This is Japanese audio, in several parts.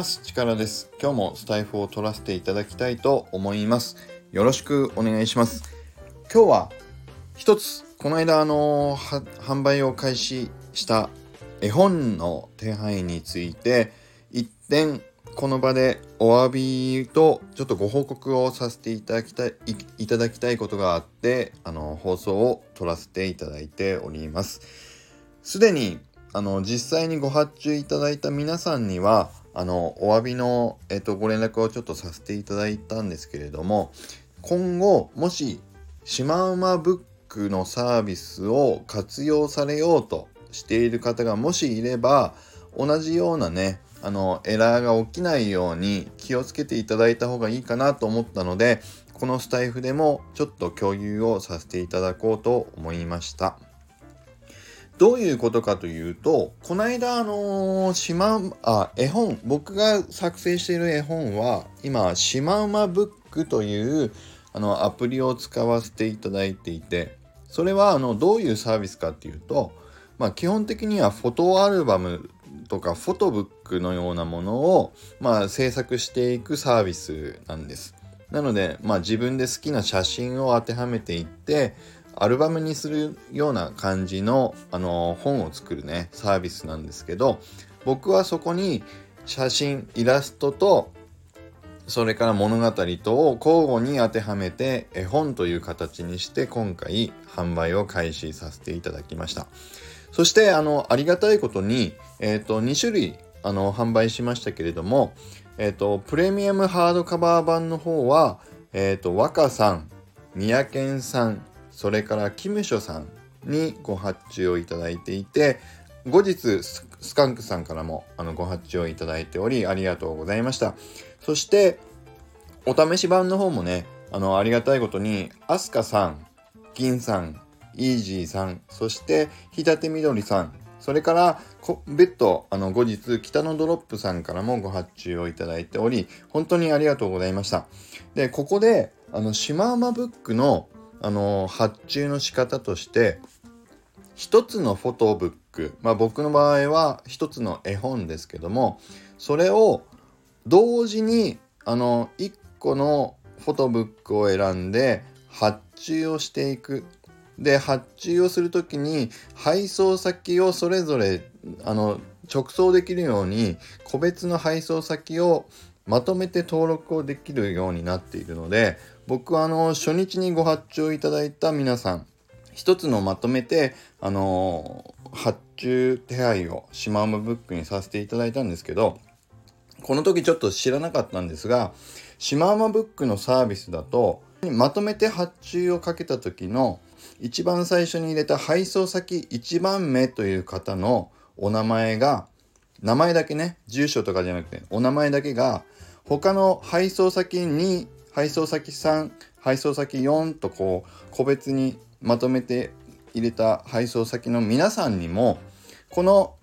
ます。力です。今日もスタイフを取らせていただきたいと思います。よろしくお願いします。今日は一つ、この間販売を開始した絵本の手配について一点この場でお詫びとちょっとご報告をさせていただきたいことがあって、放送を取らせていただいております。すでに実際にご発注いただいた皆さんにはお詫びの、ご連絡をちょっとさせていただいたんですけれども、今後もしシマウマブックのサービスを活用されようとしている方がもしいれば、同じようなねエラーが起きないように気をつけていただいた方がいいかなと思ったので、このスタイフでもちょっと共有をさせていただこうと思いました。どういうことかというと、この間絵本、僕が作成している絵本は今シマウマブックというアプリを使わせていただいていて、それはどういうサービスかっていうと、基本的にはフォトアルバムとかフォトブックのようなものを制作していくサービスなんです。なので自分で好きな写真を当てはめていってアルバムにするような感じの本を作るねサービスなんですけど、僕はそこに写真、イラストとそれから物語とを交互に当てはめて絵本という形にして今回販売を開始させていただきました。そしてありがたいことに、2種類販売しましたけれども、プレミアムハードカバー版の方は、若さん、三宅さん、それからキムショさんにご発注をいただいていて、後日スカンクさんからもご発注をいただいており、ありがとうございました。そしてお試し版の方もね、ありがたいことにアスカさん、銀さん、イージーさん、そして日立みどりさん、それから別途後日北のドロップさんからもご発注をいただいており、本当にありがとうございました。で、ここでシマウマブックの発注の仕方として、一つのフォトブック、僕の場合は一つの絵本ですけども、それを同時に一個のフォトブックを選んで発注をしていく。で、発注をするときに配送先をそれぞれ直送できるように個別の配送先をまとめて登録をできるようになっているので、僕は初日にご発注いただいた皆さん一つのまとめて発注手配をシマウマブックにさせていただいたんですけど、この時ちょっと知らなかったんですが、シマウマブックのサービスだとまとめて発注をかけた時の一番最初に入れた配送先1番目という方のお名前が、名前だけね、住所とかじゃなくてお名前だけが他の配送先2、配送先3、配送先4と個別にまとめて入れた配送先の皆さんにも、この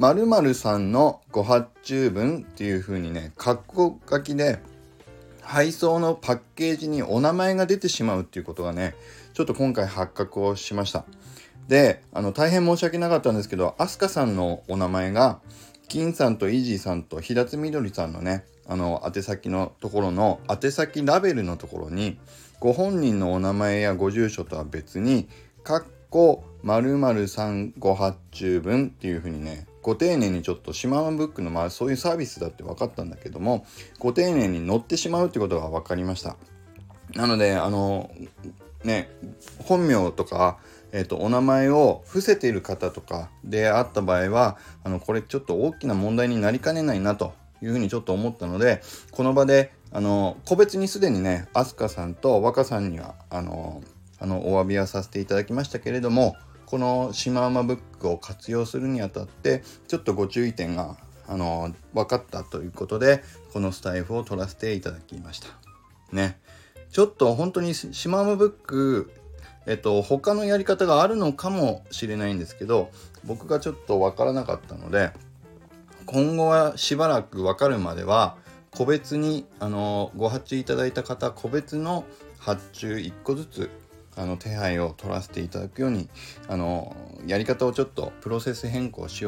〇〇さんのご発注分っていう風にね、括弧書きで配送のパッケージにお名前が出てしまうっていうことがね、ちょっと今回発覚をしました。で、大変申し訳なかったんですけど、アスカさんのお名前が金さんとイージーさんと日立みどりさんのね、宛先のところの宛先ラベルのところにご本人のお名前やご住所とは別に〇〇さんご発注分っていう風にね、ご丁寧にちょっとシマウマブックのそういうサービスだって分かったんだけども、ご丁寧に載ってしまうってことが分かりました。なので本名とかお名前を伏せている方とかであった場合はこれちょっと大きな問題になりかねないなというふうにちょっと思ったので、この場で個別にすでにねアスカさんと若さんにはお詫びはさせていただきましたけれども、このシマウマブックを活用するにあたってちょっとご注意点が分かったということで、このスタイフを取らせていただきましたね。ちょっと本当にシマウマブック他のやり方があるのかもしれないんですけど、僕がちょっと分からなかったので、今後はしばらく分かるまでは個別にご発注いただいた方個別の発注1個ずつ手配を取らせていただくようにやり方をちょっとプロセス変更しようと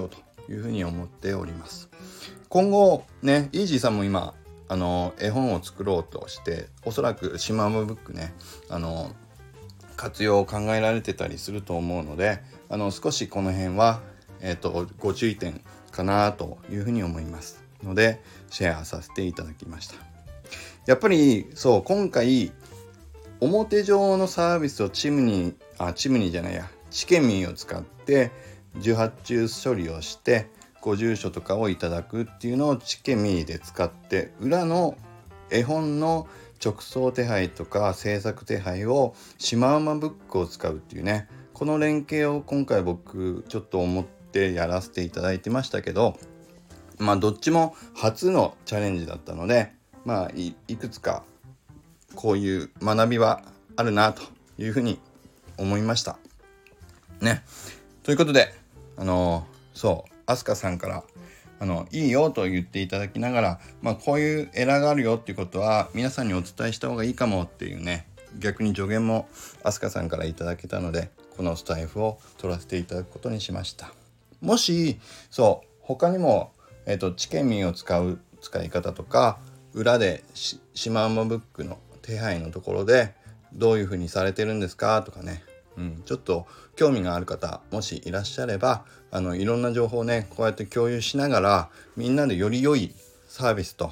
いうふうに思っております。今後ね、イージーさんも今絵本を作ろうとして、おそらくシマウマブックね活用を考えられてたりすると思うので、少しこの辺は、ご注意点かなというふうに思いますのでシェアさせていただきました。やっぱりそう、今回表上のサービスをチケミーを使って受発注処理をしてご住所とかをいただくっていうのをチケミーで使って、裏の絵本の直送手配とか制作手配をシマウマブックを使うっていうね、この連携を今回僕ちょっと思ってやらせていただいてましたけど、どっちも初のチャレンジだったので、いくつかこういう学びはあるなというふうに思いましたね。ということでアスカさんからいいよと言っていただきながら、こういうエラーがあるよっていうことは皆さんにお伝えした方がいいかもっていうね、逆に助言もアスカさんからいただけたので、このスタイフを取らせていただくことにしました。もし他にもチケミーを使う使い方とか、裏でシマウマブックの手配のところでどういう風にされてるんですかとかね、ちょっと興味がある方もしいらっしゃれば、いろんな情報をねこうやって共有しながら、みんなでより良いサービスと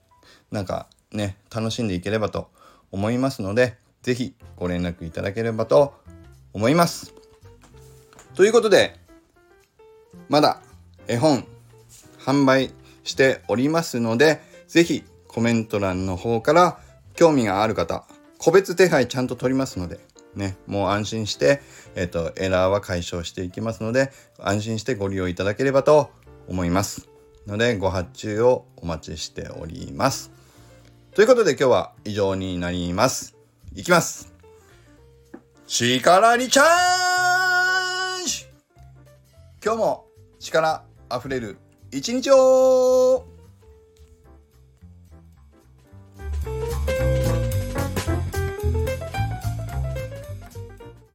楽しんでいければと思いますので、ぜひご連絡いただければと思います。ということで、まだ絵本販売しておりますので、ぜひコメント欄の方から興味がある方、個別手配ちゃんと取りますのでね、もう安心して、エラーは解消していきますので、安心してご利用いただければと思いますので、ご発注をお待ちしております。ということで今日は以上になります。いきます。力にチャージ。今日も力あふれる一日を。